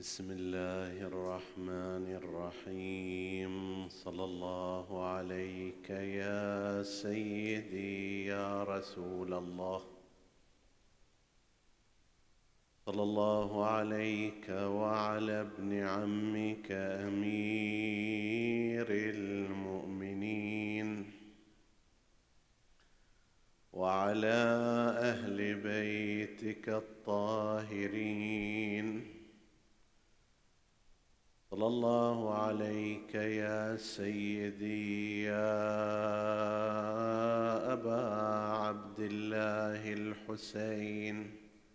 بسم الله الرحمن الرحيم. صلى الله عليك يا سيدي يا رسول الله، صلى الله عليك وعلى ابن عمك أمير المؤمنين وعلى أهل بيتك الطاهرين. صلى الله عليك يا سيدي يا أبا عبد الله الحسين.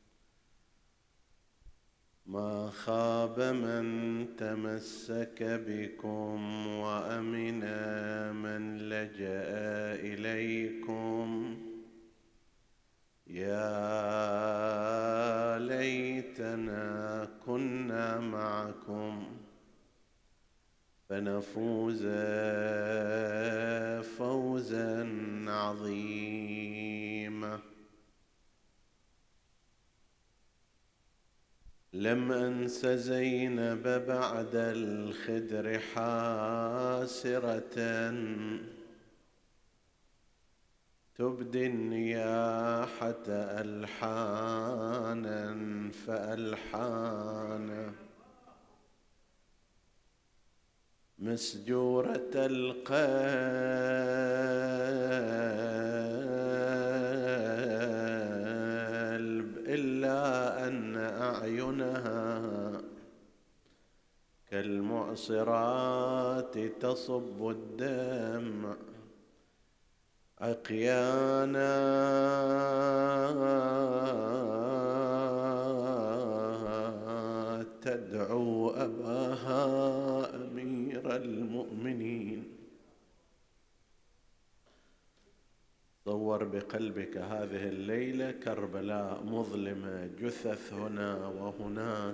ما خاب من تمسك بكم وأمن من لجأ إليكم. يا ليتنا كنا معكم فنفوز فوزا عظيما. لم أنس زينب بعد الخدر حاسرة تبدي النياحة ألحانا فألحانا، مسجورة القلب إلا أن أعينها كالمعصرات تصب الدمع عقيانا. تدعو أباها أمير المؤمنين. صور بقلبك هذه الليلة كربلاء مظلمة، جثث هنا وهناك.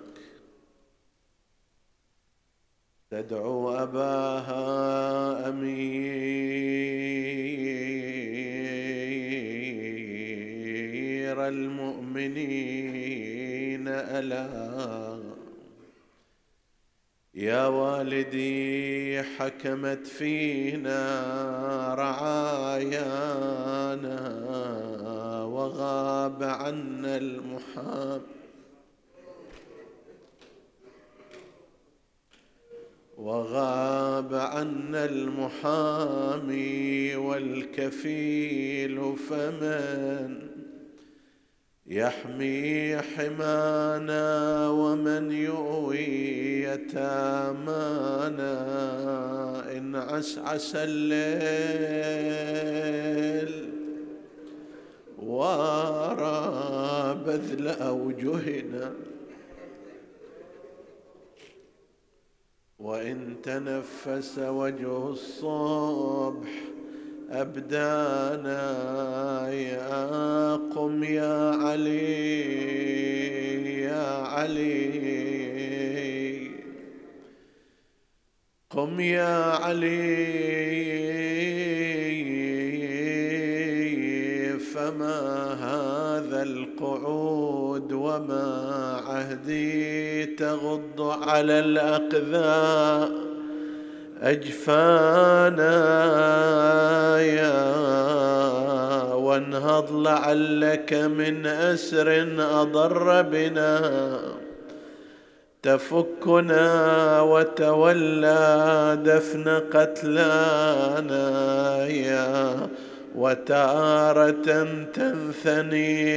تدعو أباها أمير المؤمنين ألا يا والدي حكمت فينا رعايانا وغاب عنا المحامي والكفيل، فمن يحمي حمانا ومن يؤوي يتامانا. إن عسعس الليل وارى بذل أوجهنا، وإن تنفس وجه الصبح أبدانا. يا قم يا علي يا علي، قم يا علي، فما هذا القعود وما عهدي تغض على الأقذى أجفانا. يا وانهض لعلك من أسر أضر بنا تفكنا وتولى دفن قتلانا. يا وتارة تنثني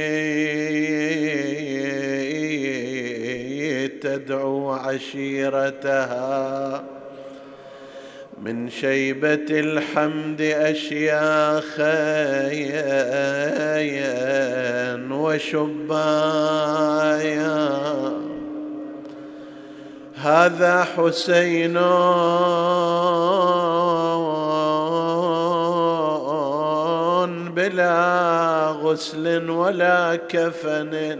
تدعو عشيرتها من شيبة الحمد أشياخا وشبايا. هذا حسين بلا غسل ولا كفن.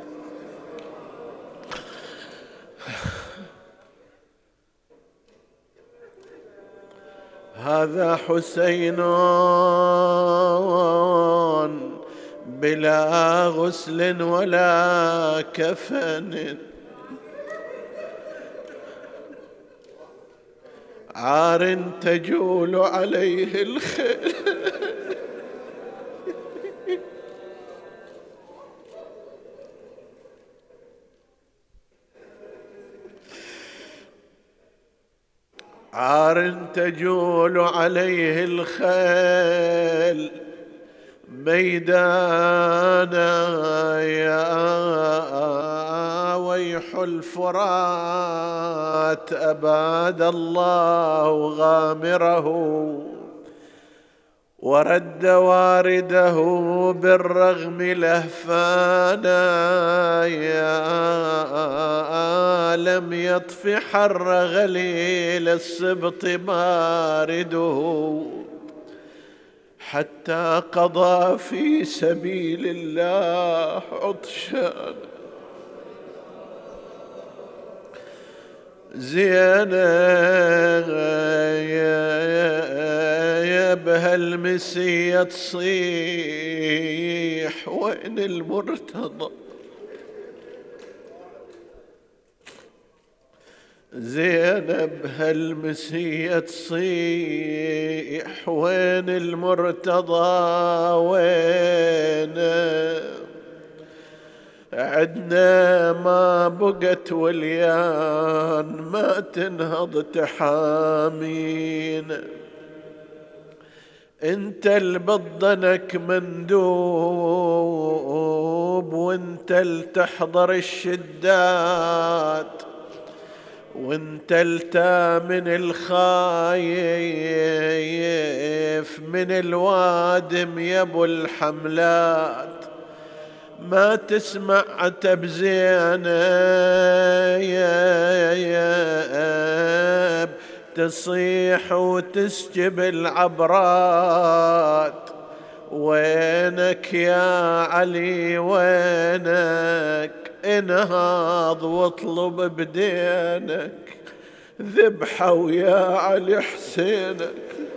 هذا حسين بلا غسل ولا كفن. عار تجول عليه الخيل. عار تجول عليه الخيل ميدانا، يا ويح الفرات أباد الله غامره، ورد وارده بالرغم لهفانا، يا لم يطف حر غليل السبط مارده، حتى قضى في سبيل الله عطشان. زينب هالمسية تصيح وين المرتضى، زينب هالمسية تصيح وين المرتضى، وين عدنا ما بقت وليان ما تنهض تحامين، انت البضنك مندوب وانت التحضر الشدات، وانت التامن الخايف من الوادم يا ابو الحملات، ما تسمع عتب زينب تصيح وتسجب العبرات، وينك يا علي وينك، انهض واطلب بدينك ذبحة ويا علي حسينك،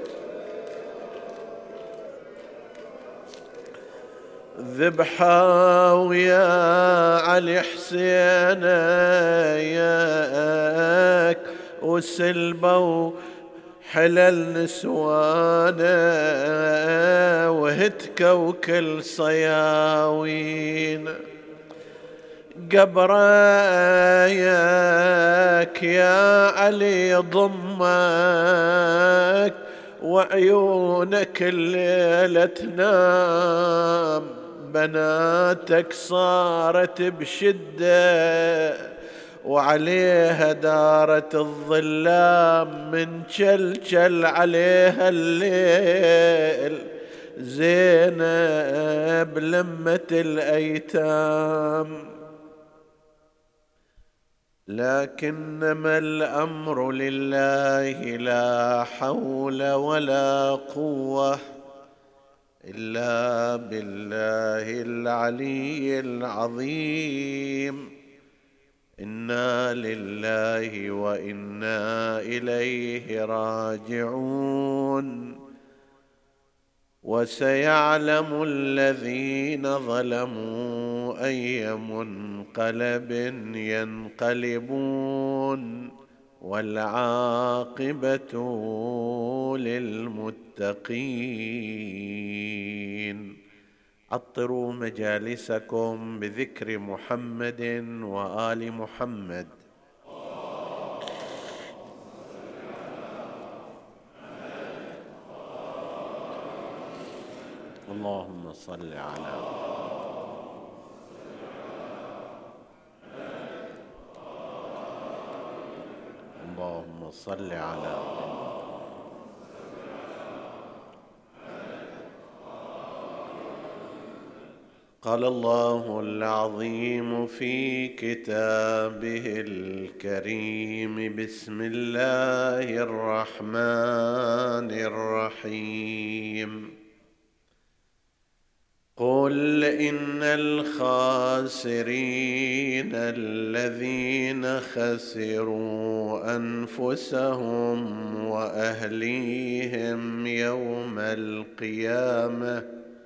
ذبحة ويا علي حسينك، وسلبوا حلل نسوانه، وهتكوا كل صياوين، قبريك يا علي ضمك، وعيونك الليلة تنام، بناتك صارت بشدة وعليها دارت الظلام، من جلجل عليها الليل زينب لمة الأيتام. لكنما الأمر لله لا حول ولا قوة إلا بالله العلي العظيم. إنا لله وإنا إليه راجعون. وسيعلم الذين ظلموا أي منقلب ينقلبون، والعاقبة للمتقين. عطروا مجالسكم بذكر محمد وآل محمد. اللهم صل على اللهم صل على قال الله العظيم في كتابه الكريم: بسم الله الرحمن الرحيم. قل إن الخاسرين الذين خسروا أنفسهم وأهليهم يوم القيامة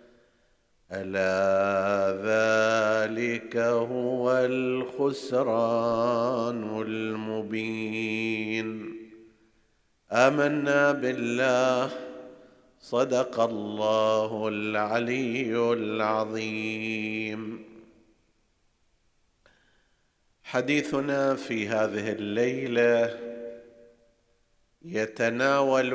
ألا ذلك هو الخسران المبين. آمنا بالله. صدق الله العلي العظيم. حديثنا في هذه الليلة يتناول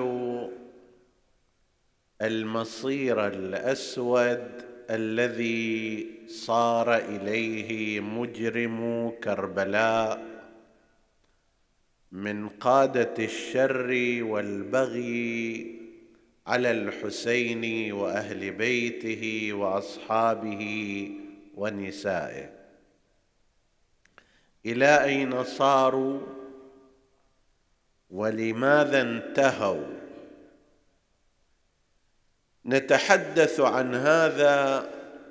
المصير الأسود الذي صار إليه مجرم كربلاء من قادة الشر والبغي على الحسين وأهل بيته وأصحابه ونسائه. إلى أين صاروا ولماذا انتهوا؟ نتحدث عن هذا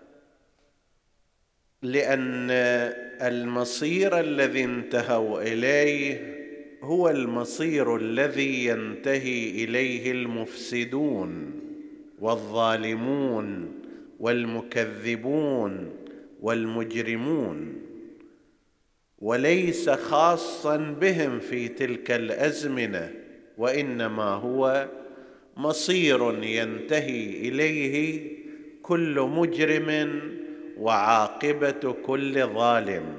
لأن المصير الذي انتهوا إليه هو المصير الذي ينتهي إليه المفسدون والظالمون والمكذبون والمجرمون، وليس خاصا بهم في تلك الأزمنة، وإنما هو مصير ينتهي إليه كل مجرم وعاقبة كل ظالم.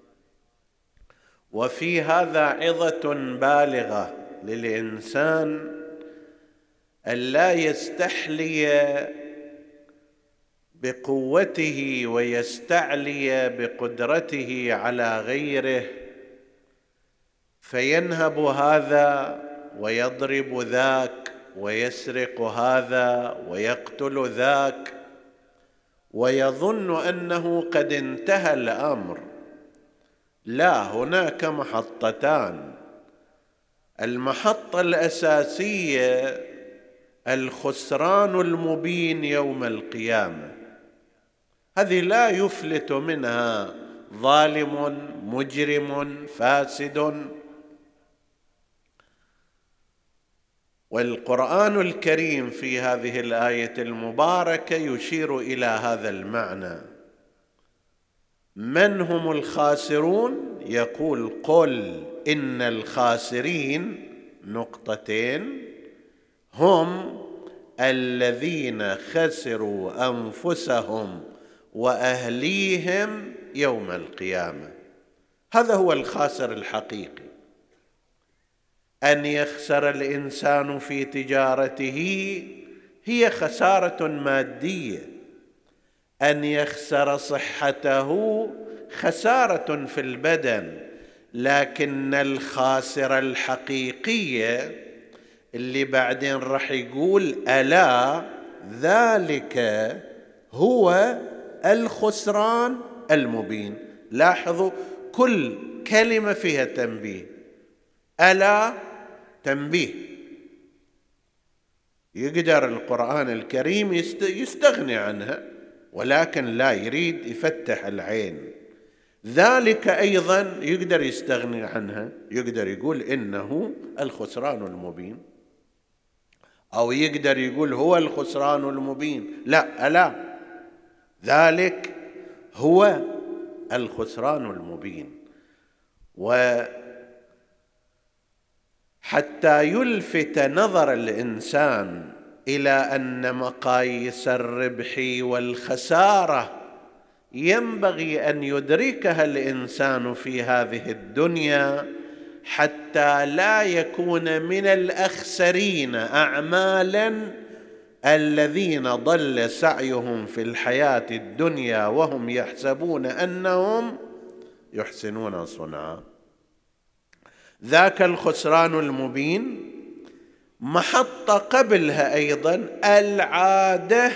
وفي هذا عظة بالغة للإنسان ألا يستحلي بقوته ويستعلي بقدرته على غيره فينهب هذا ويضرب ذاك ويسرق هذا ويقتل ذاك ويظن أنه قد انتهى الأمر. لا، هناك محطتان. المحطة الأساسية الخسران المبين يوم القيامة، هذه لا يفلت منها ظالم مجرم فاسد. والقرآن الكريم في هذه الآية المباركة يشير إلى هذا المعنى. من هم الخاسرون؟ يقول: قل إن الخاسرين نقطتين هم الذين خسروا أنفسهم وأهليهم يوم القيامة. هذا هو الخاسر الحقيقي. أن يخسر الإنسان في تجارته هي خسارة مادية، أن يخسر صحته خسارة في البدن، لكن الخاسر الحقيقية اللي بعدين رح يقول: ألا ذلك هو الخسران المبين. لاحظوا كل كلمة فيها تنبيه. ألا تنبيه. يقدر القرآن الكريم يستغني عنها، ولكن لا، يريد يفتح العين. ذلك أيضا يقدر يستغني عنها، يقدر يقول إنه الخسران المبين، أو يقدر يقول هو الخسران المبين. لا، ألا ذلك هو الخسران المبين. وحتى يلفت نظر الإنسان إلى أن مقاييس الربح والخسارة ينبغي أن يدركها الإنسان في هذه الدنيا حتى لا يكون من الأخسرين أعمالا الذين ضل سعيهم في الحياة الدنيا وهم يحسبون أنهم يحسنون صنعا. ذاك الخسران المبين. محطة قبلها أيضا العادة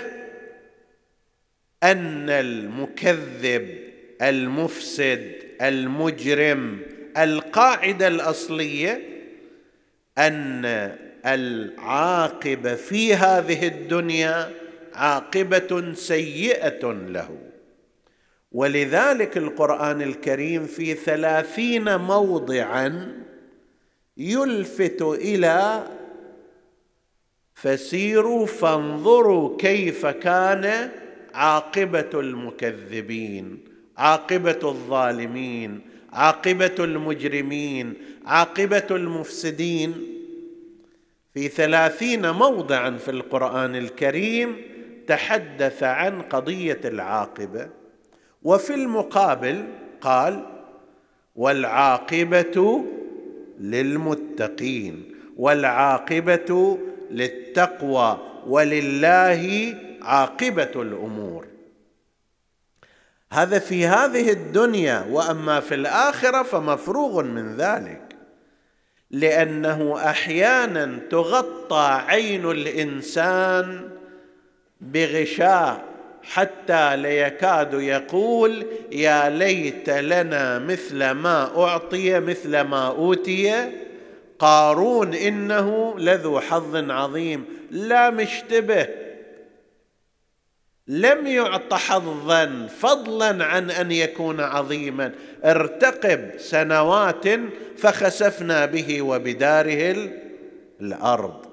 أن المكذب المفسد المجرم، القاعدة الأصلية أن العاقبة في هذه الدنيا عاقبة سيئة له. ولذلك القرآن الكريم في 30 موضعا يلفت إلى فسيروا فانظروا كيف كان عاقبة المكذبين، عاقبة الظالمين، عاقبة المجرمين، عاقبة المفسدين. في 30 موضعا في القرآن الكريم تحدث عن قضية العاقبة، وفي المقابل قال: والعاقبة للمتقين، والعاقبة للتقوى، ولله عاقبة الأمور. هذا في هذه الدنيا، وأما في الآخرة فمفروغ من ذلك، لأنه أحيانا تغطى عين الإنسان بغشاء حتى ليكاد يقول: يا ليت لنا مثل ما أعطي مثل ما أوتي قارون إنه لذو حظ عظيم. لا، مشتبه، لم يعط حظا فضلا عن أن يكون عظيما. ارتقب سنوات فخسفنا به وبداره الأرض.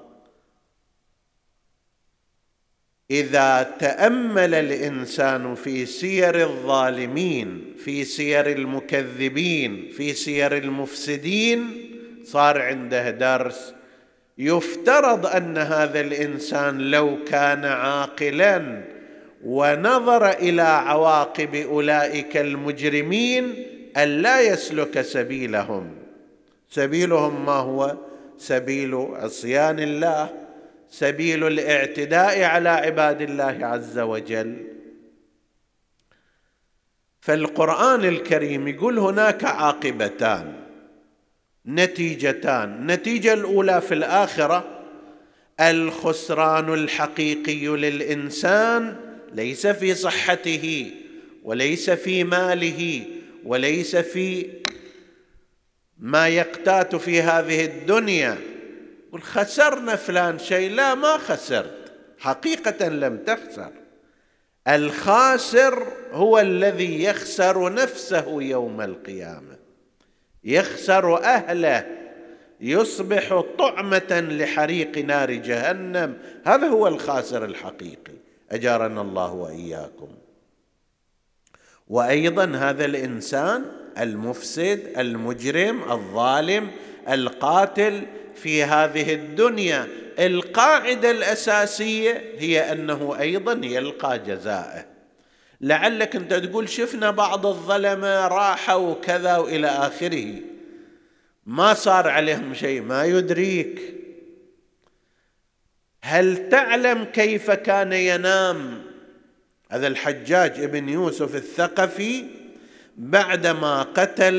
إذا تأمل الإنسان في سير الظالمين، في سير المكذبين، في سير المفسدين، صار عنده درس. يفترض أن هذا الإنسان لو كان عاقلاً ونظر إلى عواقب أولئك المجرمين ألا يسلك سبيلهم. سبيلهم ما هو؟ سبيل عصيان الله، سبيل الاعتداء على عباد الله عز وجل. فالقرآن الكريم يقول هناك عاقبتان، نتيجتان. النتيجة الأولى في الآخرة الخسران الحقيقي للإنسان، ليس في صحته، وليس في ماله، وليس في ما يقتات في هذه الدنيا. قل خسرنا فلان شيء، لا، ما خسرت، حقيقة لم تخسر. الخاسر هو الذي يخسر نفسه يوم القيامة، يخسر أهله، يصبح طعمة لحريق نار جهنم. هذا هو الخاسر الحقيقي، أجارنا الله وإياكم. وأيضا هذا الإنسان المفسد، المجرم، الظالم، القاتل في هذه الدنيا، القاعدة الأساسية هي أنه أيضا يلقى جزاءه. لعلك أنت تقول شفنا بعض الظلمة راحوا كذا وإلى آخره، ما صار عليهم شيء، ما يدريك. هل تعلم كيف كان ينام هذا الحجاج ابن يوسف الثقفي بعدما قتل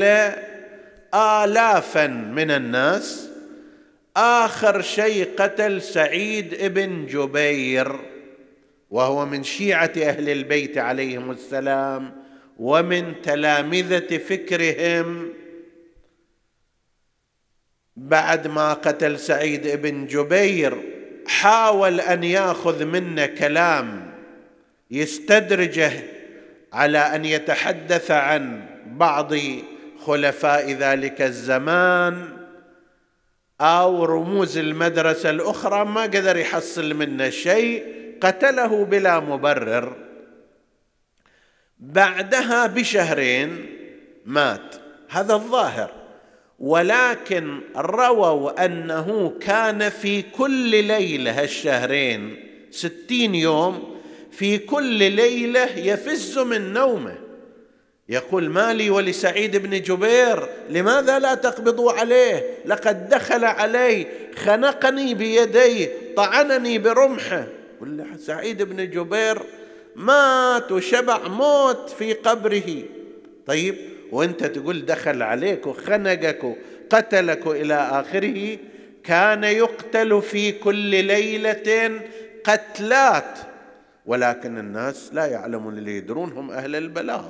آلافا من الناس؟ آخر شيء قتل سعيد ابن جبير، وهو من شيعة أهل البيت عليهم السلام ومن تلامذة فكرهم. بعد ما قتل سعيد ابن جبير حاول أن يأخذ منا كلام يستدرجه على أن يتحدث عن بعض خلفاء ذلك الزمان أو رموز المدرسة الأخرى، ما قدر يحصل منه شيء، قتله بلا مبرر. بعدها بشهرين مات، هذا الظاهر. ولكن رووا أنه كان في كل ليلة، هالشهرين 60 يوم، في كل ليلة يفز من نومه يقول: مالي ولسعيد بن جبير، لماذا لا تقبضوا عليه؟ لقد دخل علي، خنقني بيديه، طعنني برمحه. يقول: سعيد بن جبير مات وشبع موت في قبره. طيب، وانت تقول دخل عليك وخنقك وقتلك إلى آخره. كان يقتل في كل ليلة قتلات، ولكن الناس لا يعلمون، اللي يدرون هم أهل البلاط.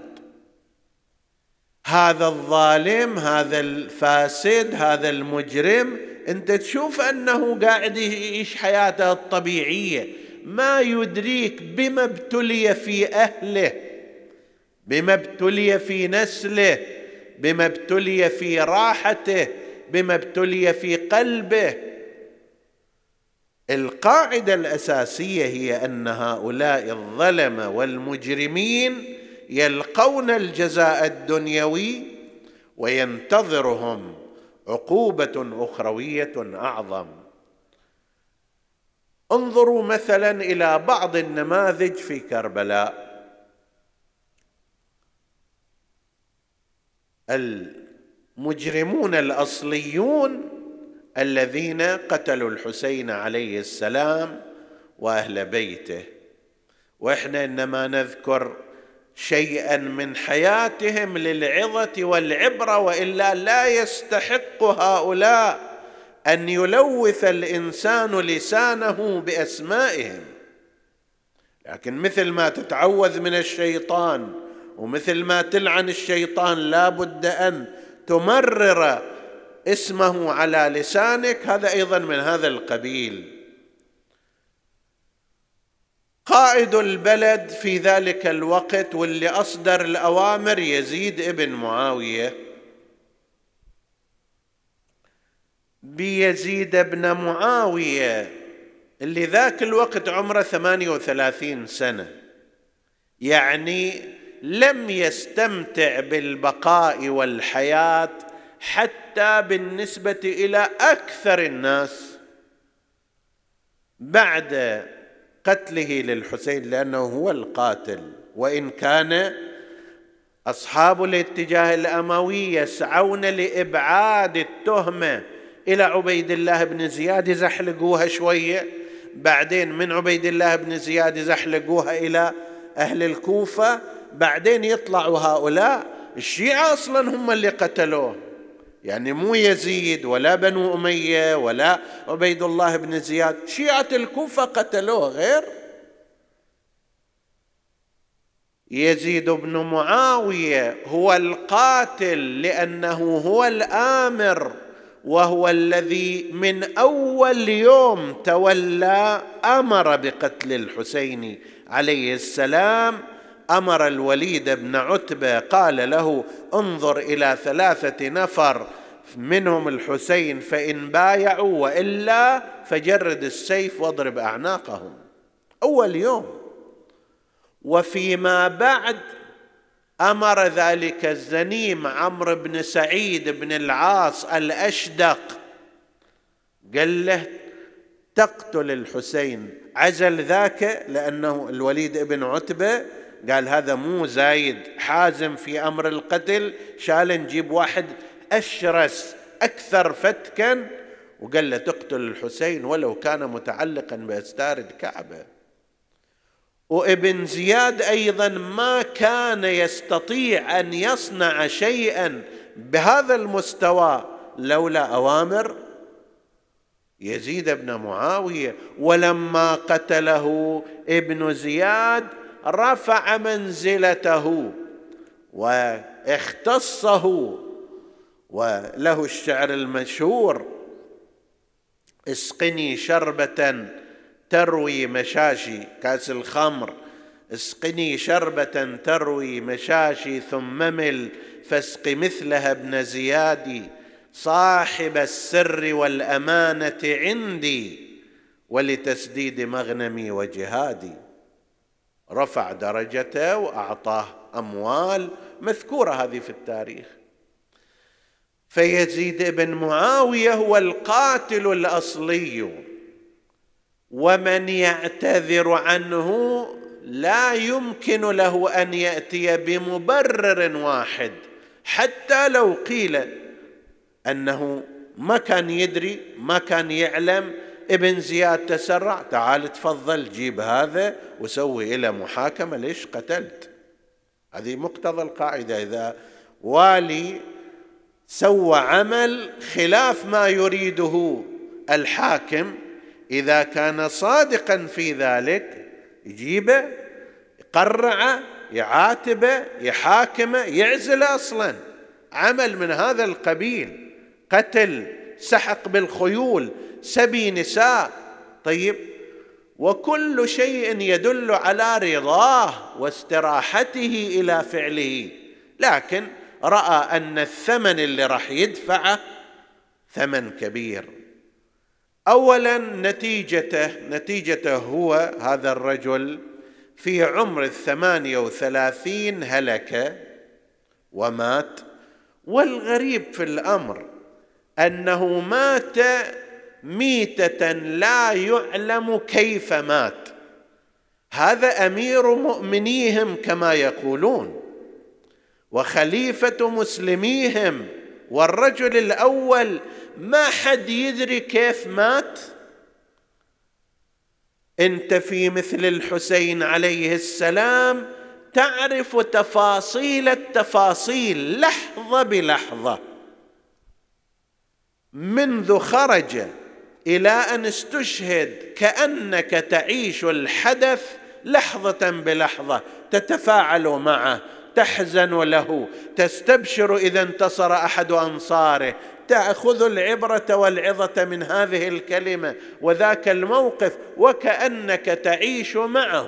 هذا الظالم، هذا الفاسد، هذا المجرم، انت تشوف أنه قاعد يعيش حياته الطبيعية، ما يدريك بما ابتلي في أهله، بما ابتلي في نسله، بما ابتلي في راحته، بما ابتلي في قلبه. القاعدة الأساسية هي أن هؤلاء الظلمة والمجرمين يلقون الجزاء الدنيوي وينتظرهم عقوبة أخروية أعظم. انظروا مثلا إلى بعض النماذج في كربلاء. المجرمون الأصليون الذين قتلوا الحسين عليه السلام وأهل بيته، وإحنا إنما نذكر شيئا من حياتهم للعظة والعبرة، وإلا لا يستحق هؤلاء أن يلوث الإنسان لسانه بأسمائهم. لكن مثل ما تتعوذ من الشيطان ومثل ما تلعن الشيطان لا بد أن تمرر اسمه على لسانك، هذا أيضا من هذا القبيل. قائد البلد في ذلك الوقت واللي أصدر الأوامر يزيد ابن معاوية. بيزيد ابن معاوية اللي ذاك الوقت عمره 38 سنة، يعني لم يستمتع بالبقاء والحياة حتى بالنسبة إلى أكثر الناس بعد قتله للحسين، لأنه هو القاتل. وإن كان أصحاب الاتجاه الأموي يسعون لإبعاد التهمة إلى عبيد الله بن زياد، زحلقوها شوية، بعدين من عبيد الله بن زياد زحلقوها إلى أهل الكوفة، بعدين يطلعوا هؤلاء الشيعة أصلا هم اللي قتلوه، يعني مو يزيد ولا بنو أمية ولا عبيد الله بن زياد، شيعة الكوفة قتلوه. غير يزيد بن معاوية هو القاتل، لأنه هو الآمر، وهو الذي من أول يوم تولى أمر بقتل الحسين عليه السلام. أمر الوليد بن عتبة، قال له انظر إلى 3 نفر منهم الحسين، فإن بايعوا وإلا فجرد السيف واضرب أعناقهم، أول يوم. وفيما بعد أمر ذلك الزنيم عمرو بن سعيد بن العاص الأشدق، قال له تقتل الحسين. عزل ذاك لأنه الوليد بن عتبة قال هذا مو زايد حازم في أمر القتل، شال نجيب واحد أشرس أكثر فتكا، وقال له تقتل الحسين ولو كان متعلقا بأستار الكعبة. وابن زياد أيضا ما كان يستطيع أن يصنع شيئا بهذا المستوى لولا أوامر يزيد بن معاوية. ولما قتله ابن زياد رفع منزلته واختصه، وله الشعر المشهور اسقني شربة تروي مشاشي، كاس الخمر، اسقني شربة تروي مشاشي ثم مل فاسق مثلها ابن زياد، صاحب السر والأمانة عندي ولتسديد مغنمي وجهادي. رفع درجته وأعطاه أموال، مذكورة هذه في التاريخ. فيزيد بن معاوية هو القاتل الأصلي، ومن يعتذر عنه لا يمكن له أن يأتي بمبرر واحد، حتى لو قيل أنه ما كان يدري، ما كان يعلم، ابن زياد تسرع، تعال تفضل جيب هذا وسوي إلى محاكمة، ليش قتلت؟ هذه مقتضى القاعدة. إذا والي سوى عمل خلاف ما يريده الحاكم، إذا كان صادقا في ذلك يجيبه، يقرعه، يعاتبه، يحاكمه، يعزله. أصلا عمل من هذا القبيل، قتل، سحق بالخيول، سبي نساء، طيب، وكل شيء يدل على رضاه واستراحته إلى فعله، لكن رأى أن الثمن اللي راح يدفعه ثمن كبير. أولا نتيجته هو هذا الرجل في عمر 38 هلك ومات. والغريب في الأمر أنه مات ميتة لا يعلم كيف مات. هذا أمير مؤمنيهم كما يقولون، وخليفة مسلميهم، والرجل الأول ما حد يدري كيف مات. أنت في مثل الحسين عليه السلام تعرف تفاصيل التفاصيل لحظة بلحظة، منذ خرج إلى أن استشهد، كأنك تعيش الحدث لحظة بلحظة، تتفاعل معه، تحزن له، تستبشر إذا انتصر أحد أنصاره، تأخذ العبرة والعظة من هذه الكلمة وذاك الموقف، وكأنك تعيش معه.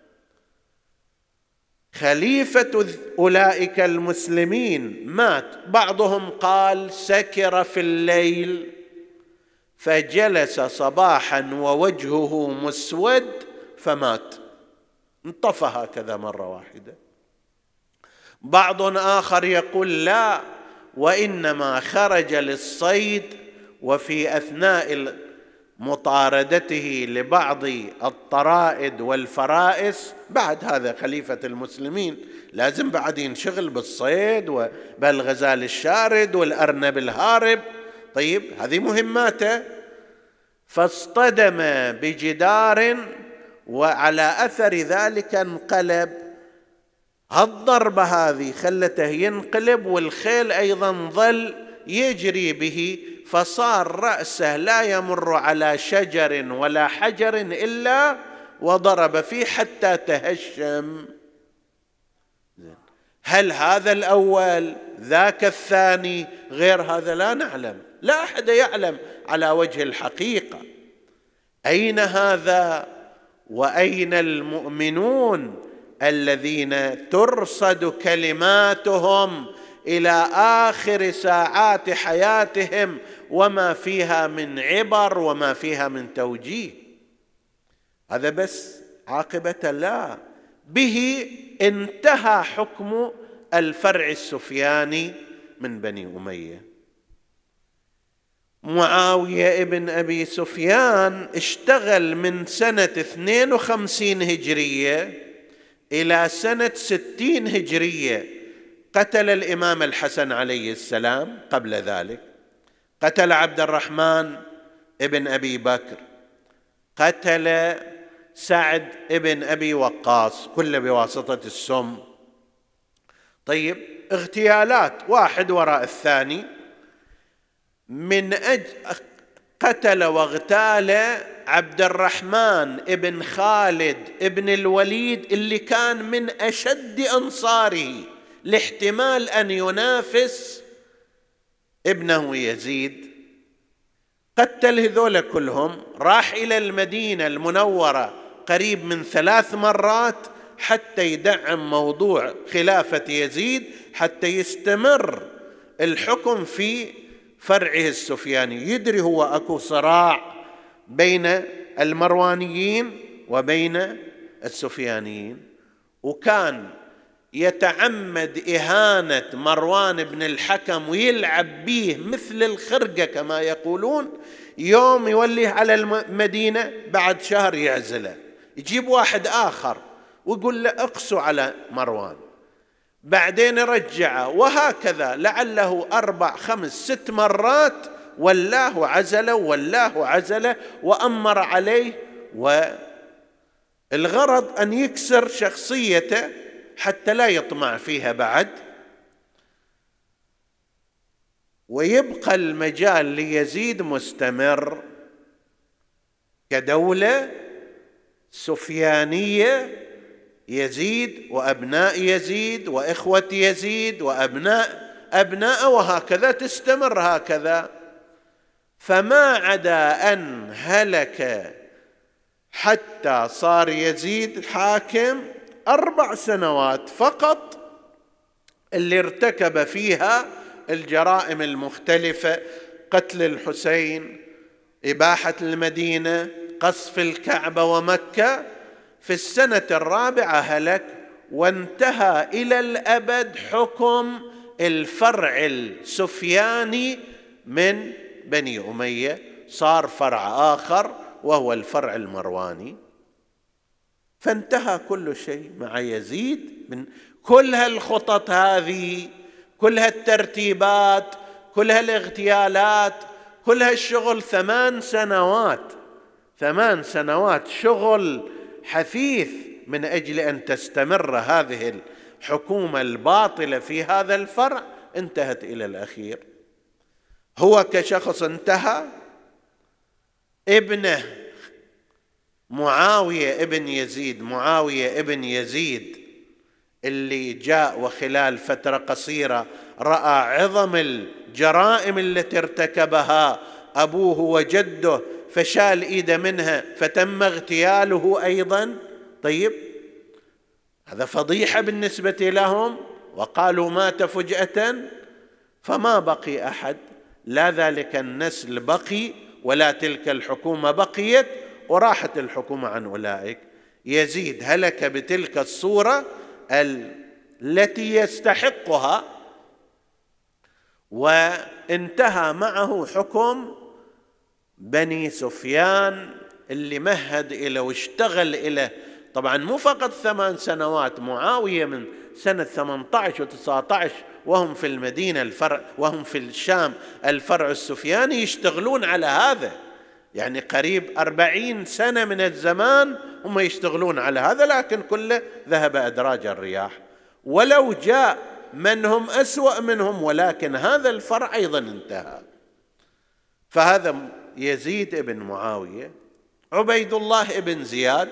خليفة أولئك المسلمين مات. بعضهم قال سكر في الليل فجلس صباحا ووجهه مسود فمات، انطفى هكذا مرة واحدة. بعض آخر يقول لا، وإنما خرج للصيد، وفي أثناء مطاردته لبعض الطرائد والفرائس، بعد هذا خليفة المسلمين لازم بعد ينشغل بالصيد وبالغزال الشارد والأرنب الهارب، طيب هذه مهماته. فاصطدم بجدار، وعلى أثر ذلك انقلب. الضربة هذه خلته ينقلب، والخيل أيضا ظل يجري به، فصار رأسه لا يمر على شجر ولا حجر إلا وضرب فيه حتى تهشم. هل هذا الأول ذاك الثاني غير هذا؟ لا نعلم، لا أحد يعلم على وجه الحقيقة أين هذا وأين المؤمنون الذين ترصد كلماتهم إلى آخر ساعات حياتهم، وما فيها من عبر وما فيها من توجيه. هذا بس عاقبة لا، به انتهى حكم الفرع السفياني من بني أمية. معاوية ابن أبي سفيان اشتغل من سنة 52 هجرية إلى سنة 60 هجرية. قتل الإمام الحسن عليه السلام، قبل ذلك قتل عبد الرحمن ابن أبي بكر، قتل سعد ابن أبي وقاص، كله بواسطة السم. طيب اغتيالات واحد وراء الثاني. قتل واغتال عبد الرحمن ابن خالد ابن الوليد اللي كان من أشد أنصاره لاحتمال أن ينافس ابنه يزيد. قتل هذول كلهم، راح إلى المدينة المنورة قريب من 3 مرات حتى يدعم موضوع خلافة يزيد، حتى يستمر الحكم في فرعه السفياني. يدري هو أكو صراع بين المروانيين وبين السفيانيين، وكان يتعمد إهانة مروان بن الحكم ويلعب به مثل الخرقة كما يقولون. يوم يوليه على المدينة، بعد شهر يعزله، يجيب واحد آخر ويقول له اقسوا على مروان، بعدين رجعه، وهكذا لعله 4 5 6 مرات والله عزله والله عزله وأمر عليه، والغرض أن يكسر شخصيته حتى لا يطمع فيها بعد، ويبقى المجال ليزيد مستمر كدولة سفيانية. يزيد وأبناء يزيد وإخوة يزيد وأبناء وهكذا تستمر هكذا. فما عدا أن هلك حتى صار يزيد حاكم 4 سنوات فقط اللي ارتكب فيها الجرائم المختلفة: قتل الحسين، إباحة المدينة، قصف الكعبة ومكة. في السنة 4 هلك، وانتهى إلى الأبد حكم الفرع السفياني من بني أمية. صار فرع آخر وهو الفرع المرواني. فانتهى كل شيء مع يزيد. من كل هالخطط هذه، كل هالترتيبات، كل هالاغتيالات، كل هالشغل 8 سنوات، 8 سنوات شغل حثيث من أجل أن تستمر هذه الحكومة الباطلة في هذا الفرع، انتهت إلى الأخير. هو كشخص انتهى، ابنه معاوية ابن يزيد، معاوية ابن يزيد اللي جاء وخلال فترة قصيرة رأى عظم الجرائم التي ارتكبها أبوه وجده فشال إيده منها فتم اغتياله أيضا. طيب هذا فضيحة بالنسبة لهم، وقالوا مات فجأة، فما بقي أحد، لا ذلك النسل بقي ولا تلك الحكومة بقيت، وراحت الحكومة عن أولئك. يزيد هلك بتلك الصورة التي يستحقها، وانتهى معه حكم بني سفيان اللي مهد إلى واشتغل إلى، طبعا مو فقط 8 سنوات، معاوية من سنة 18 و19 وهم في المدينة الفرع، وهم في الشام الفرع السفياني يشتغلون على هذا، يعني قريب 40 سنة من الزمان هم يشتغلون على هذا، لكن كله ذهب أدراج الرياح، ولو جاء من هم أسوأ منهم، ولكن هذا الفرع أيضا انتهى. فهذا يزيد ابن معاوية. عبيد الله ابن زياد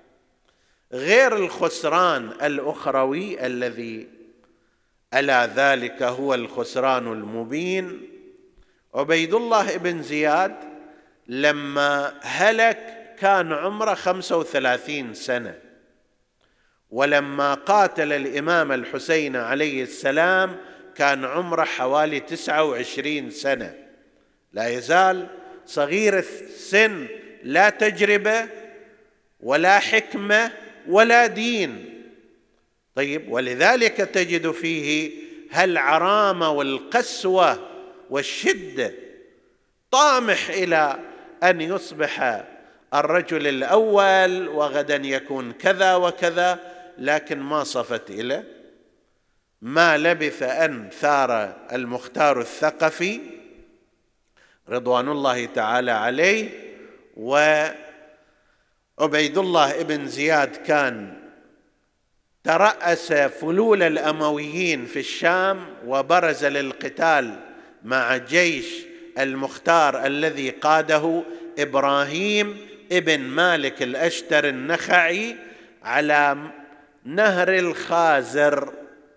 غير الخسران الأخروي الذي ألا ذلك هو الخسران المبين. عبيد الله ابن زياد لما هلك كان عمره 35 سنة، ولما قاتل الإمام الحسين عليه السلام كان عمره حوالي 29 سنة، لا يزال صغير السن، لا تجربة ولا حكمة ولا دين. طيب ولذلك تجد فيه هالعرامة والقسوة والشدة، طامح إلى أن يصبح الرجل الأول وغدا يكون كذا وكذا، لكن ما صفت إليه. ما لبث أن ثار المختار الثقفي رضوان الله تعالى عليه، وعبيد الله ابن زياد كان ترأس فلول الأمويين في الشام وبرز للقتال مع جيش المختار الذي قاده إبراهيم ابن مالك الأشتر النخعي على نهر الخازر.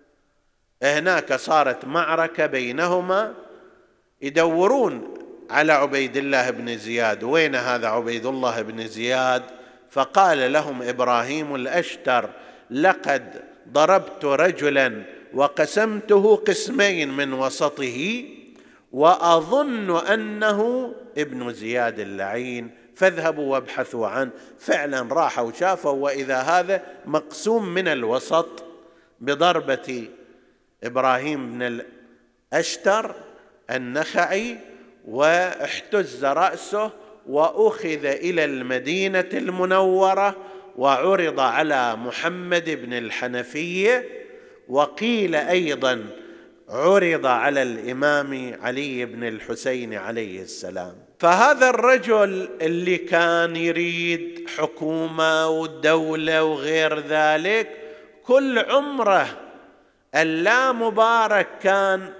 هناك صارت معركة بينهما، يدورون على عبيد الله بن زياد، وين هذا عبيد الله بن زياد؟ فقال لهم إبراهيم الأشتر: لقد ضربت رجلا وقسمته قسمين من وسطه وأظن أنه ابن زياد اللعين، فاذهبوا وابحثوا عنه. فعلا راحوا وشافوا، وإذا هذا مقسوم من الوسط بضربة إبراهيم بن الأشتر النخعي، واحتز رأسه وأخذ إلى المدينة المنورة وعرض على محمد بن الحنفية، وقيل أيضا عرض على الإمام علي بن الحسين عليه السلام. فهذا الرجل اللي كان يريد حكومة ودولة وغير ذلك، كل عمره اللا مبارك كان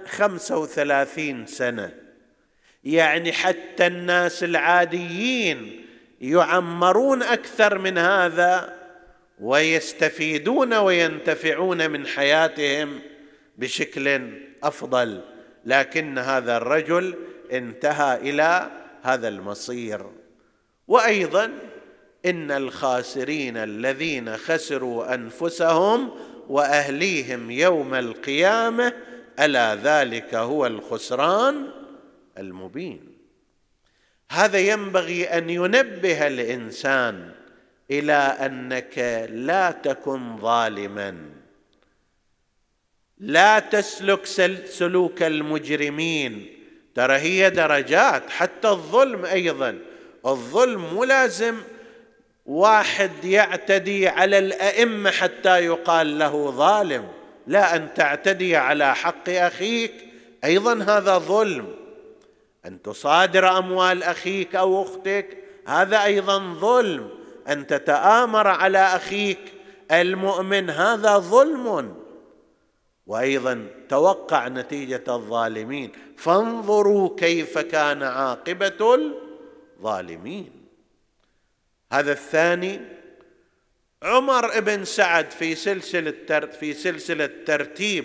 35 سنة، يعني حتى الناس العاديين يعمرون أكثر من هذا ويستفيدون وينتفعون من حياتهم بشكل أفضل، لكن هذا الرجل انتهى إلى هذا المصير. وأيضا إن الخاسرين الذين خسروا أنفسهم وأهليهم يوم القيامة ألا ذلك هو الخسران المبين. هذا ينبغي أن ينبه الإنسان إلى أنك لا تكن ظالما، لا تسلك سلوك المجرمين، ترى هي درجات. حتى الظلم أيضا، الظلم مو لازم واحد يعتدي على الأئمة حتى يقال له ظالم، لا، أن تعتدي على حق أخيك أيضا هذا ظلم. أن تصادر أموال أخيك أو أختك هذا أيضا ظلم. أن تتآمر على أخيك المؤمن هذا ظلم. وأيضا توقع نتيجة الظالمين، فانظروا كيف كان عاقبة الظالمين. هذا الثاني. عمر بن سعد في سلسلة ترتيب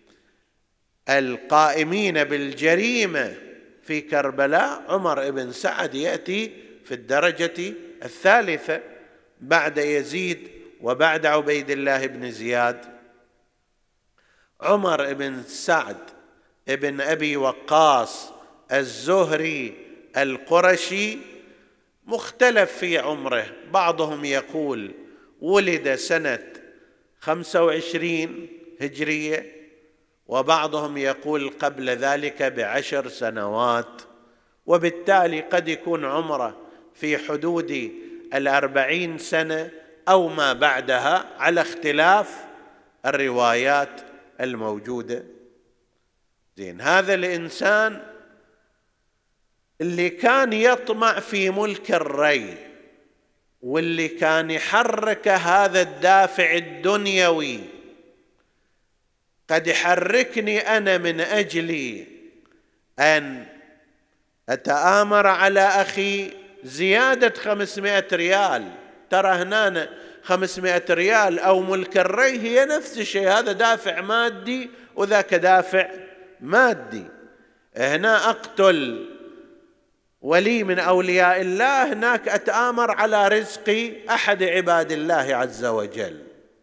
القائمين بالجريمة في كربلاء، عمر بن سعد يأتي في الدرجة الثالثة بعد يزيد وبعد عبيد الله بن زياد. عمر بن سعد ابن أبي وقاص الزهري القرشي مختلف في عمره. بعضهم يقول ولد سنة 25 هجرية، وبعضهم يقول قبل ذلك ب10 سنوات، وبالتالي قد يكون عمره في حدود 40 سنة أو ما بعدها على اختلاف الروايات الموجودة. زين، هذا الإنسان اللي كان يطمع في ملك الري، واللي كان يحرك هذا الدافع الدنيوي، قد يحركني أنا من أجل أن أتآمر على أخي زيادة 500 ريال. ترى هنا 500 ريال أو ملك الري هي نفس الشيء، هذا دافع مادي وذاك دافع مادي. هنا أقتل ولي من أولياء الله، هناك أتآمر على رزق أحد عباد الله عز وجل.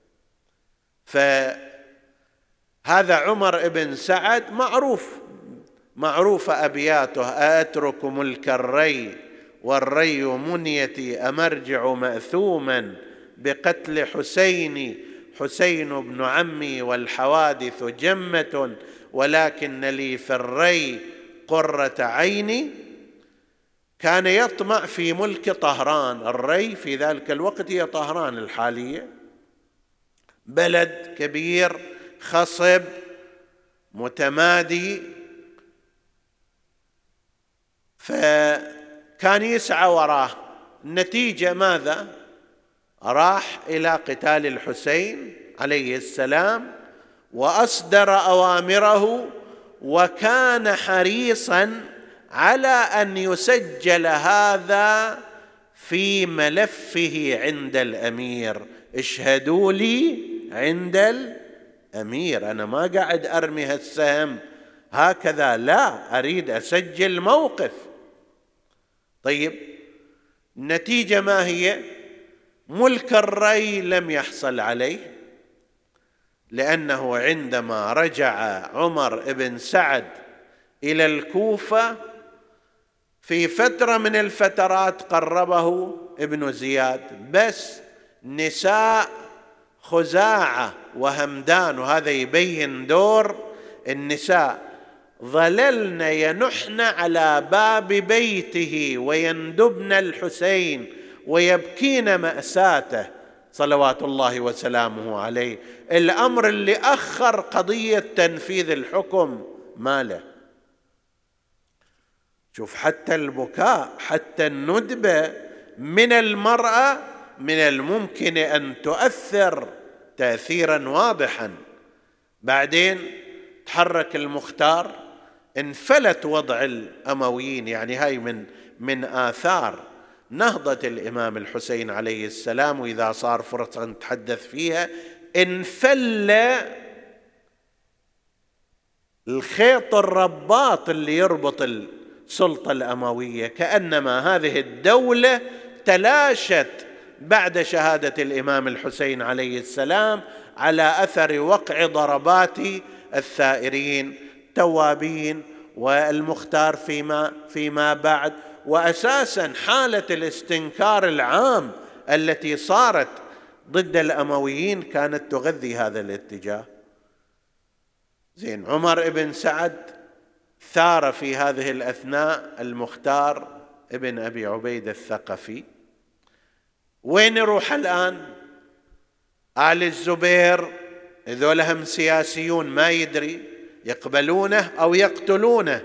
فهذا عمر بن سعد معروف أبياته: أترك ملك الري والري منيتي، أمرجع مأثوما بقتل حسين بن عمي، والحوادث جمة ولكن لي في الري قرة عيني. كان يطمع في ملك طهران. الري في ذلك الوقت هي طهران الحالية، بلد كبير خصب متمادي، فكان يسعى وراه. النتيجة ماذا؟ راح إلى قتال الحسين عليه السلام وأصدر أوامره، وكان حريصا على أن يسجل هذا في ملفه عند الأمير. اشهدوا لي عند الأمير، أنا ما قاعد أرمي هالسهم هكذا، لا، أريد أسجل موقف. طيب، النتيجة ما هي؟ ملك الري لم يحصل عليه، لأنه عندما رجع عمر بن سعد إلى الكوفة في فترة من الفترات قربه ابن زياد، بس نساء خزاعة وهمدان، وهذا يبين دور النساء، ظللن ينحن على باب بيته ويندبن الحسين ويبكين مأساته صلوات الله وسلامه عليه. الأمر اللي أخر قضية تنفيذ الحكم ماله. شوف، حتى البكاء، حتى الندبة من المرأة من الممكن أن تؤثر تأثيرا واضحا. بعدين تحرك المختار، انفلت وضع الأمويين. يعني هاي من آثار نهضة الإمام الحسين عليه السلام، وإذا صار فرصة نتحدث فيها. انفل الخيط الرباط اللي يربط السلطة الأموية، كأنما هذه الدولة تلاشت بعد شهادة الإمام الحسين عليه السلام على أثر وقع ضربات الثائرين توابين والمختار فيما بعد، وأساسا حالة الاستنكار العام التي صارت ضد الأمويين كانت تغذي هذا الاتجاه. زين، عمر بن سعد ثار في هذه الأثناء المختار ابن أبي عبيدة الثقفي. وين يروح الآن؟ آل الزبير ذولهم سياسيون، ما يدري يقبلونه أو يقتلونه.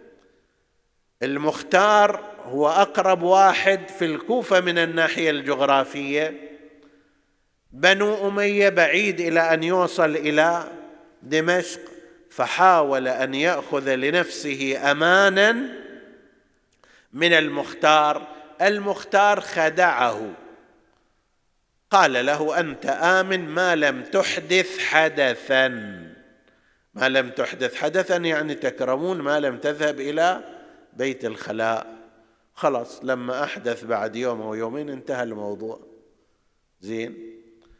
المختار هو أقرب واحد في الكوفة من الناحية الجغرافية، بنو أمية بعيد إلى أن يوصل إلى دمشق، فحاول أن يأخذ لنفسه أمانا من المختار. المختار خدعه، قال له: أنت آمن ما لم تحدث حدثا. ما لم تحدث حدثا يعني تكرمون ما لم تذهب إلى بيت الخلاء. خلاص، لما أحدث بعد يوم أو يومين انتهى الموضوع. زين.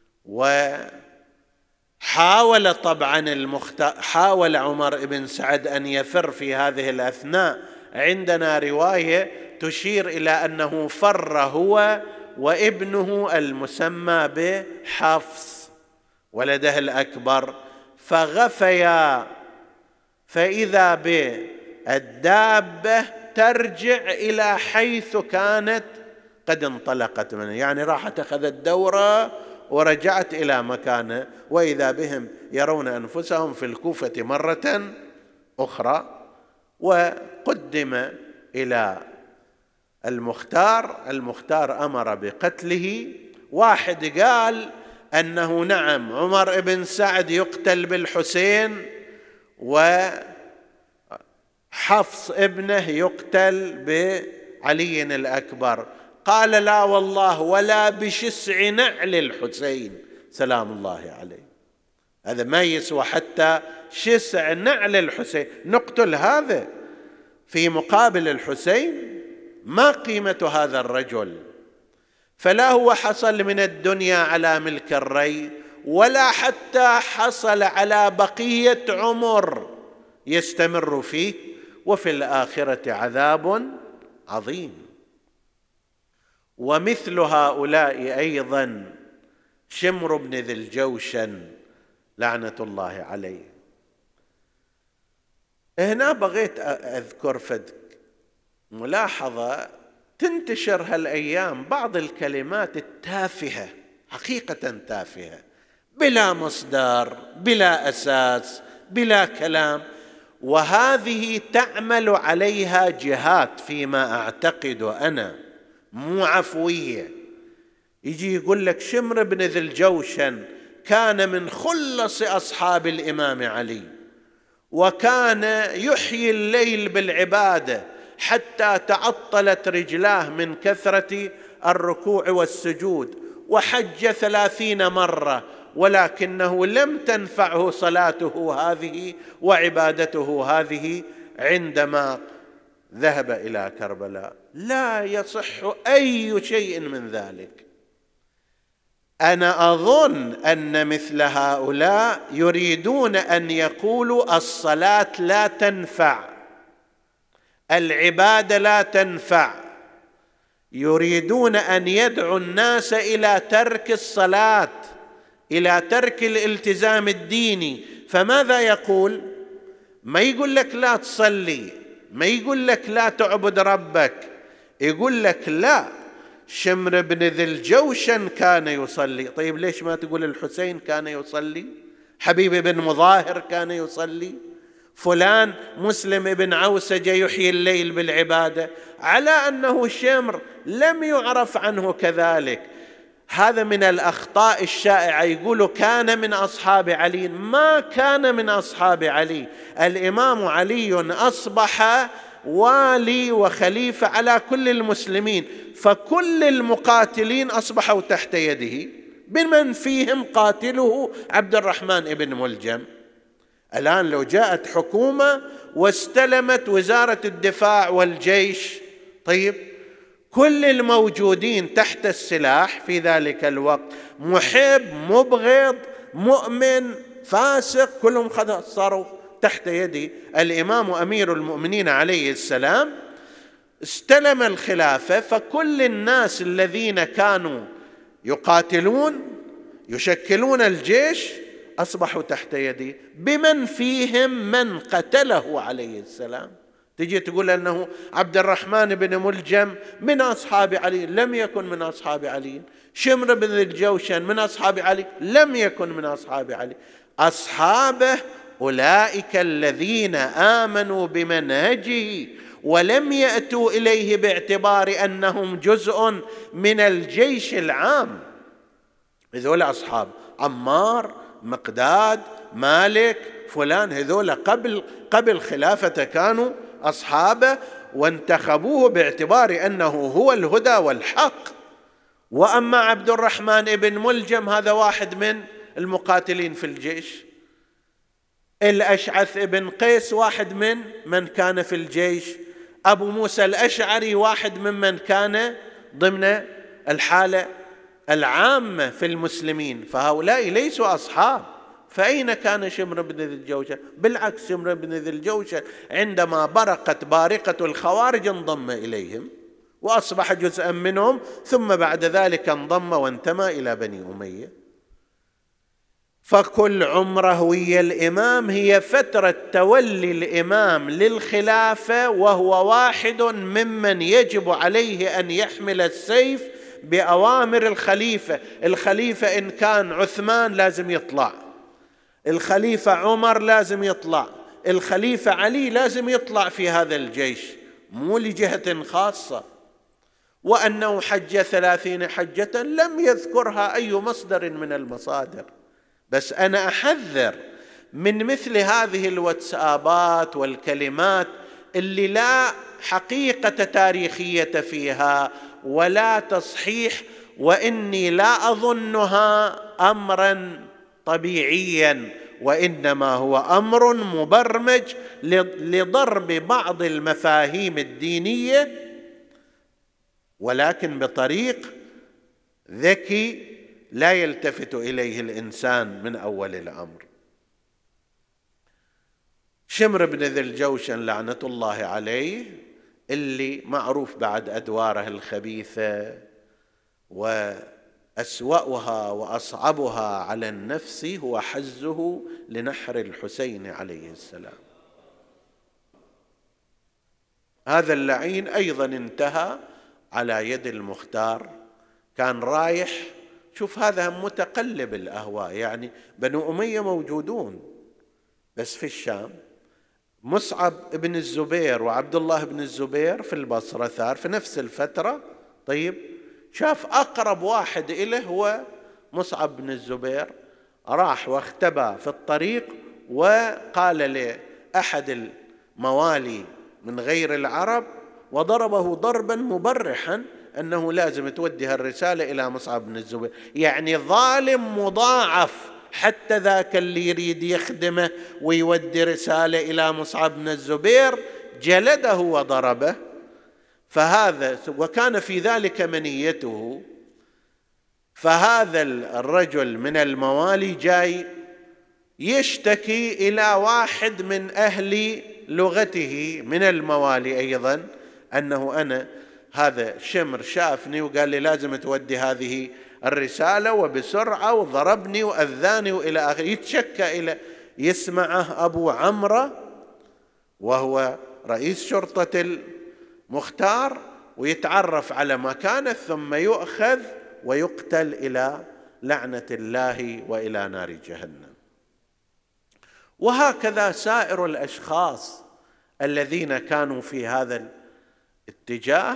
وحاول طبعا حاول عمر بن سعد أن يفر في هذه الأثناء. عندنا رواية تشير إلى أنه فر هو وابنه المسمى بحفص ولده الأكبر، فغفيا، فإذا بالدابة ترجع إلى حيث كانت قد انطلقت منه، يعني راحت أخذت دورة ورجعت إلى مكانه، وإذا بهم يرون أنفسهم في الكوفة مرة أخرى. وقدم إلى المختار أمر بقتله. واحد قال أنه نعم، عمر بن سعد يقتل بالحسين وحفص ابنه يقتل بعلي الأكبر. قال: لا والله، ولا بشسع نعل الحسين سلام الله عليه، هذا ما يسوى حتى شسع نعل الحسين، نقتل هذا في مقابل الحسين. ما قيمة هذا الرجل؟ فلا هو حصل من الدنيا على ملك الري، ولا حتى حصل على بقية عمر يستمر فيه، وفي الآخرة عذاب عظيم. ومثل هؤلاء أيضا شمر بن ذي الجوشن لعنة الله عليه. هنا بغيت أذكر ملاحظة تنتشر هالأيام، بعض الكلمات التافهة، حقيقة تافهة، بلا مصدر، بلا أساس، بلا كلام، وهذه تعمل عليها جهات فيما أعتقد أنا، مو عفوية. يجي يقول لك شمر بن ذي الجوشن كان من خلص أصحاب الإمام علي، وكان يحيي الليل بالعبادة حتى تعطلت رجلاه من كثرة الركوع والسجود، وحج 30 مرة، ولكنه لم تنفعه صلاته هذه وعبادته هذه عندما ذهب إلى كربلاء. لا يصح أي شيء من ذلك. أنا أظن أن مثل هؤلاء يريدون أن يقولوا الصلاة لا تنفع، العبادة لا تنفع، يريدون أن يدعوا الناس إلى ترك الصلاة، إلى ترك الالتزام الديني. فماذا يقول؟ ما يقول لك لا تصلي، ما يقول لك لا تعبد ربك، يقول لك لا، شمر بن ذي الجوشن كان يصلي. طيب ليش ما تقول الحسين كان يصلي؟ حبيب بن مظاهر كان يصلي؟ فلان مسلم بن عوسجة يحيي الليل بالعبادة، على أنه شمر لم يعرف عنه كذلك. هذا من الأخطاء الشائعة. يقولوا كان من أصحاب علي، ما كان من أصحاب علي. الإمام علي أصبح والي وخليفة على كل المسلمين، فكل المقاتلين أصبحوا تحت يده، بمن فيهم قاتله عبد الرحمن بن ملجم. الآن لو جاءت حكومة واستلمت وزارة الدفاع والجيش، طيب كل الموجودين تحت السلاح في ذلك الوقت، محب، مبغض، مؤمن، فاسق، كلهم صاروا تحت يد الإمام أمير المؤمنين عليه السلام. استلم الخلافة، فكل الناس الذين كانوا يقاتلون يشكلون الجيش أصبحوا تحت يدي، بمن فيهم من قتله عليه السلام. تجي تقول أنه عبد الرحمن بن ملجم من أصحاب علي، لم يكن من أصحاب علي. شمر بن ذي الجوشن من أصحاب علي، لم يكن من أصحاب علي. أصحابه أولئك الذين آمنوا بمنهجه ولم يأتوا إليه باعتبار أنهم جزء من الجيش العام. هذول أصحاب عمار، مقداد، مالك، فلان، هذول قبل خلافته كانوا أصحابه وانتخبوه باعتبار أنه هو الهدى والحق. وأما عبد الرحمن بن ملجم هذا واحد من المقاتلين في الجيش. الأشعث بن قيس واحد من كان في الجيش. أبو موسى الأشعري واحد ممن كان ضمن الحالة العامة في المسلمين. فهؤلاء ليسوا أصحاب. فأين كان شمر بن ذي الجوشن؟ بالعكس، شمر بن ذي الجوشن عندما برقت بارقة الخوارج انضم إليهم وأصبح جزءا منهم، ثم بعد ذلك انضم وانتمى إلى بني أمية. فكل عمره ويا الإمام هي فترة تولي الإمام للخلافة، وهو واحد ممن يجب عليه أن يحمل السيف بأوامر الخليفة. الخليفة إن كان عثمان لازم يطلع، الخليفة عمر لازم يطلع، الخليفة علي لازم يطلع في هذا الجيش، مو لجهة خاصة. وأنه حج 30 حجة لم يذكرها أي مصدر من المصادر. بس أنا أحذر من مثل هذه الواتسابات والكلمات اللي لا حقيقة تاريخية فيها ولا تصحيح، وإني لا أظنها أمرا طبيعيا، وإنما هو أمر مبرمج لضرب بعض المفاهيم الدينية، ولكن بطريق ذكي لا يلتفت إليه الإنسان من أول الأمر. شمر بن ذي الجوشن لعنة الله عليه، اللي معروف بعد أدواره الخبيثة وأسوأها وأصعبها على النفس هو حزه لنحر الحسين عليه السلام. هذا اللعين أيضا انتهى على يد المختار. كان رايح، شوف هذا متقلب الأهواء، يعني بنو أمية موجودون بس في الشام. مصعب بن الزبير وعبد الله بن الزبير في البصرة ثار في نفس الفترة. طيب، شاف أقرب واحد إليه هو مصعب بن الزبير، راح واختبى في الطريق وقال لأحد الموالي من غير العرب وضربه ضربا مبرحا أنه لازم تودي هالرسالة إلى مصعب بن الزبير. يعني ظالم مضاعف، حتى ذاك اللي يريد يخدمه ويودي رسالة إلى مصعب بن الزبير جلده وضربه. فهذا وكان في ذلك منيته. فهذا الرجل من الموالي جاي يشتكي إلى واحد من أهل لغته من الموالي أيضا أنه أنا هذا شمر شافني وقال لي لازم تودي هذه الرسالة وبسرعة وضربني وأذاني وإلى آخره. يتشكى إلى يسمعه أبو عمرو وهو رئيس شرطة المختار ويتعرف على مكانه، ثم يؤخذ ويقتل إلى لعنة الله وإلى نار جهنم. وهكذا سائر الأشخاص الذين كانوا في هذا الاتجاه.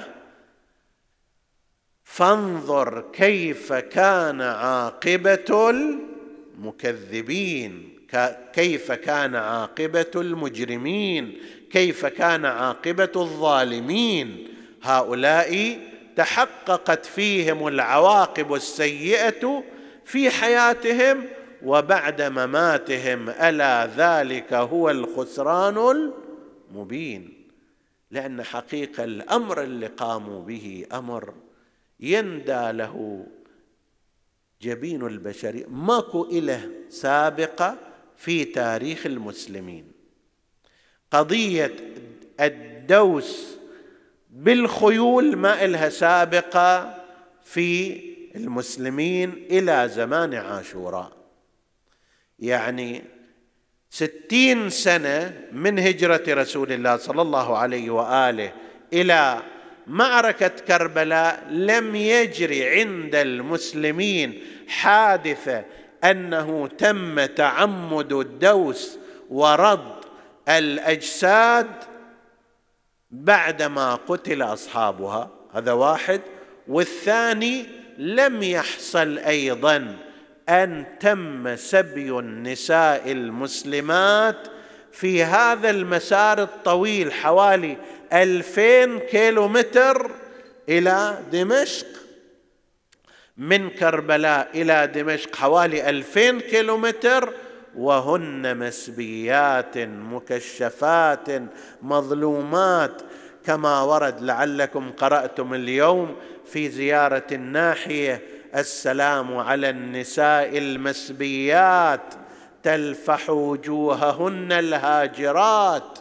فانظر كيف كان عاقبة المكذبين، كيف كان عاقبة المجرمين، كيف كان عاقبة الظالمين. هؤلاء تحققت فيهم العواقب السيئة في حياتهم وبعد مماتهم، ألا ذلك هو الخسران المبين. لأن حقيقة الأمر اللي قاموا به أمر يندى له جبين البشرية، ماكو إله سابقة في تاريخ المسلمين. قضية الدوس بالخيول ما إلها سابقة في المسلمين إلى زمان عاشوراء. يعني 60 سنة من هجرة رسول الله صلى الله عليه وآله إلى معركة كربلاء لم يجري عند المسلمين حادثة أنه تم تعمد الدوس ورد الأجساد بعدما قتل أصحابها. هذا واحد. والثاني، لم يحصل أيضا أن تم سبي النساء المسلمات في هذا المسار الطويل حوالي 2000 كيلومتر إلى دمشق. من كربلاء إلى دمشق حوالي 2000 كيلومتر، وهن مسبيات مكشفات مظلومات، كما ورد لعلكم قرأتم اليوم في زيارة الناحية: السلام على النساء المسبيات تلفح وجوههن الهاجرات.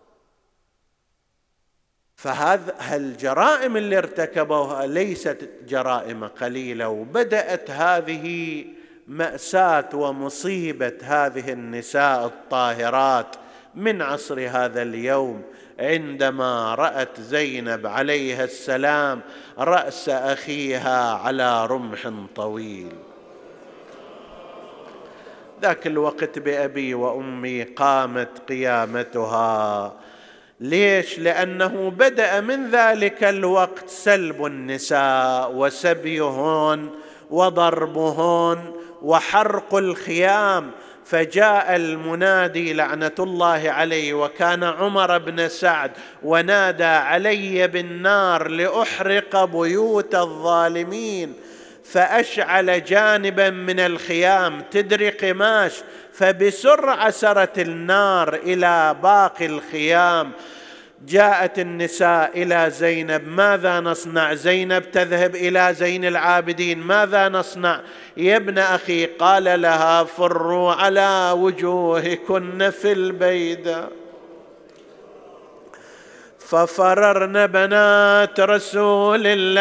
فهذه الجرائم اللي ارتكبوها ليست جرائم قليلة، وبدأت هذه مأساة ومصيبة هذه النساء الطاهرات من عصر هذا اليوم، عندما رأت زينب عليها السلام رأس أخيها على رمح طويل. ذاك الوقت بأبي وأمي قامت قيامتها. ليش؟ لأنه بدأ من ذلك الوقت سلب النساء وسبيهن وضربهن وحرق الخيام. فجاء المنادي لعنة الله عليه، وكان عمر بن سعد، ونادى: علي بالنار لأحرق بيوت الظالمين. فأشعل جانبا من الخيام تدري قماش، فبسرعة سرت النار إلى باقي الخيام. جاءت النساء إلى زينب: ماذا نصنع؟ زينب تذهب إلى زين العابدين: ماذا نصنع يا ابن أخي؟ قال لها: فروا على وجوهكن في البيداء. ففررن بنات رسول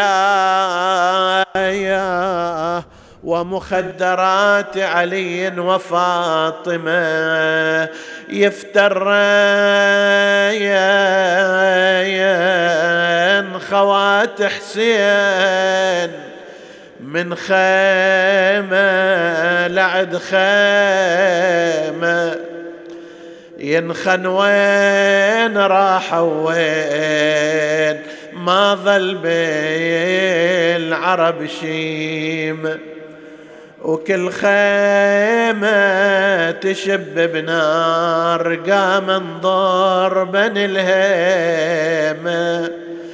الله ومخدرات علي وفاطمة يفترين خوات حسين من خيمة لعد خيمة، ينخن وين راحوا وين، ما ظل بالعرب شيم، وكل خيمة تشب بنار قام ضربا الهيمة،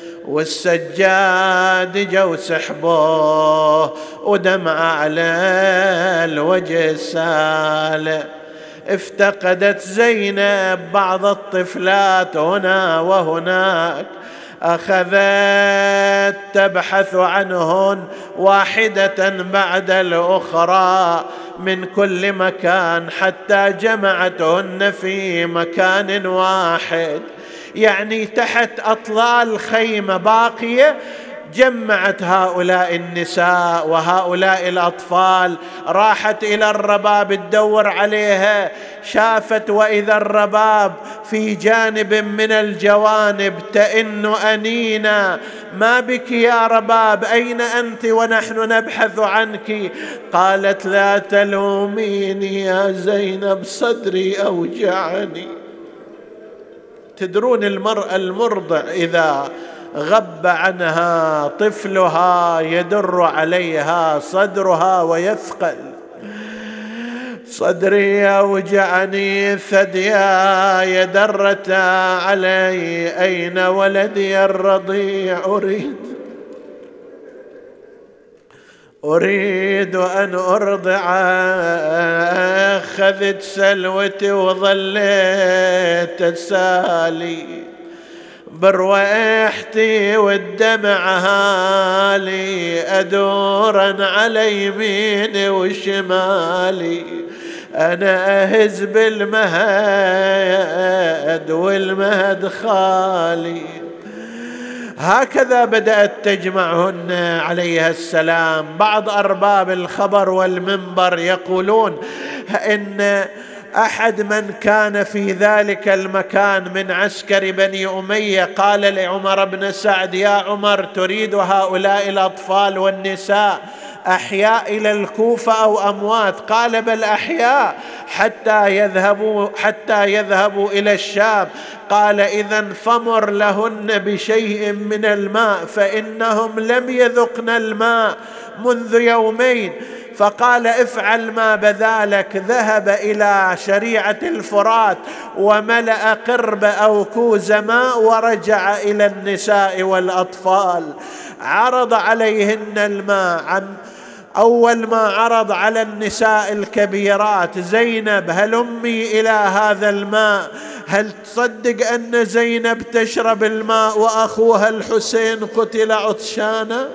والسجاد جو سحبوه ودمع على الوجه سال. افتقدت زينب بعض الطفلات هنا وهناك، أخذت تبحث عنهن واحدة بعد الأخرى من كل مكان، حتى جمعتهن في مكان واحد، يعني تحت أطلال خيمة باقية. جمعت هؤلاء النساء وهؤلاء الأطفال، راحت إلى الرباب تدور عليها، شافت وإذا الرباب في جانب من الجوانب تئن أنينا: ما بك يا رباب؟ أين أنت ونحن نبحث عنك؟ قالت: لا تلوميني يا زينب، صدري أوجعني. تدرون المرأة المرضع إذا غب عنها طفلها يدر عليها صدرها ويثقل. صدري أوجعني ثديا يدرتا علي، أين ولدي الرضيع؟ أريد أن أرضع. أخذت سلوتي وظليت أسالي برويحتي والدمع هالي، أدورا على يميني وشمالي، أنا أهز بالمهد والمهد خالي. هكذا بدأت تجمعهن عليها السلام. بعض أرباب الخبر والمنبر يقولون: إن أحد من كان في ذلك المكان من عسكر بني أمية قال لعمر بن سعد: يا عمر، تريد هؤلاء الأطفال والنساء أحياء إلى الكوفة أو أموات؟ قال: بل أحياء حتى يذهبوا إلى الشام. قال: إذن فمر لهن بشيء من الماء، فإنهم لم يذقن الماء منذ يومين. فقال: افعل ما بذلك. ذهب إلى شريعة الفرات وملأ قرب أو كوز ماء ورجع إلى النساء والأطفال، عرض عليهن الماء. أول ما عرض على النساء الكبيرات: زينب، هلمي إلى هذا الماء. هل تصدق أن زينب تشرب الماء وأخوها الحسين قتل عطشانا؟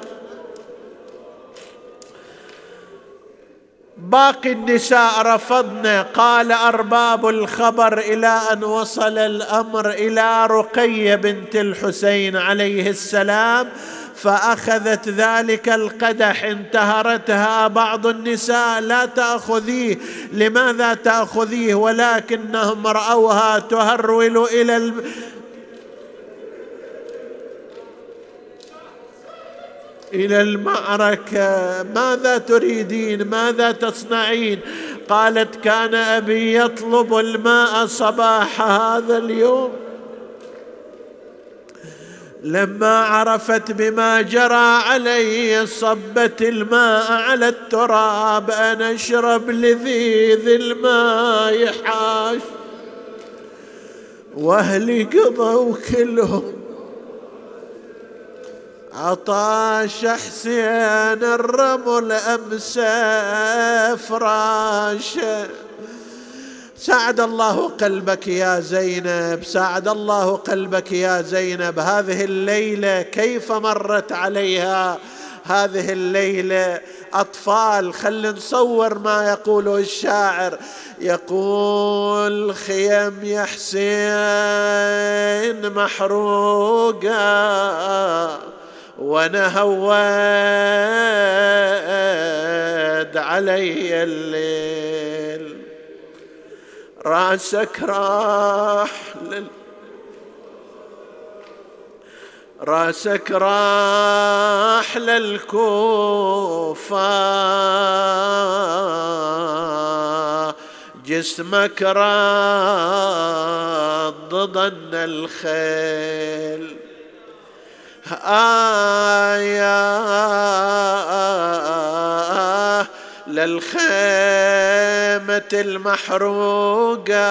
باقي النساء رفضن. قال أرباب الخبر إلى أن وصل الأمر إلى رقية بنت الحسين عليه السلام، فأخذت ذلك القدح، انتهرتها بعض النساء: لا تأخذيه. لماذا تأخذيه؟ ولكنهم رأوها تهرول إلى المعركة. ماذا تريدين؟ ماذا تصنعين؟ قالت: كان أبي يطلب الماء صباح هذا اليوم، لما عرفت بما جرى علي صبت الماء على التراب. أنا أشرب لذيذ الماء حاش، وأهلي قضوا كلهم عطاش. حسين الرمل أمسى فراشه. ساعد الله قلبك يا زينب، ساعد الله قلبك يا زينب. هذه الليلة كيف مرت عليها هذه الليلة؟ أطفال. خل نصور ما يقوله الشاعر. يقول: خيم يا حسين محروقة وانا هود علي الليل، راسك راح للكوفة، جسمك رد ضن الخيل. للخيمة المحروقة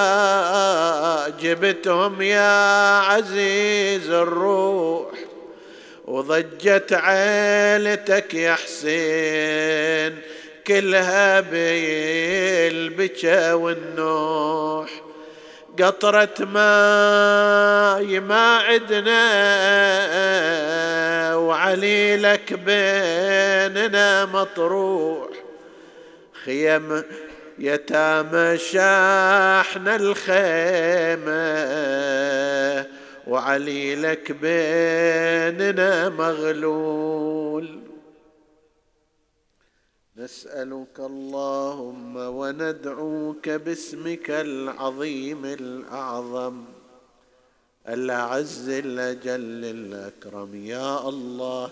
جبتهم يا عزيز الروح، وضجت عيلتك يا حسين كلها بالبكا والنوح. قطرة ماي ما عدنا وعليلك بيننا مطروح، خيم يتامى شاحنا الخيمة وعليلك بيننا مغلول. نسألك اللهم وندعوك باسمك العظيم الأعظم الأعز الأجل الأكرم، يا الله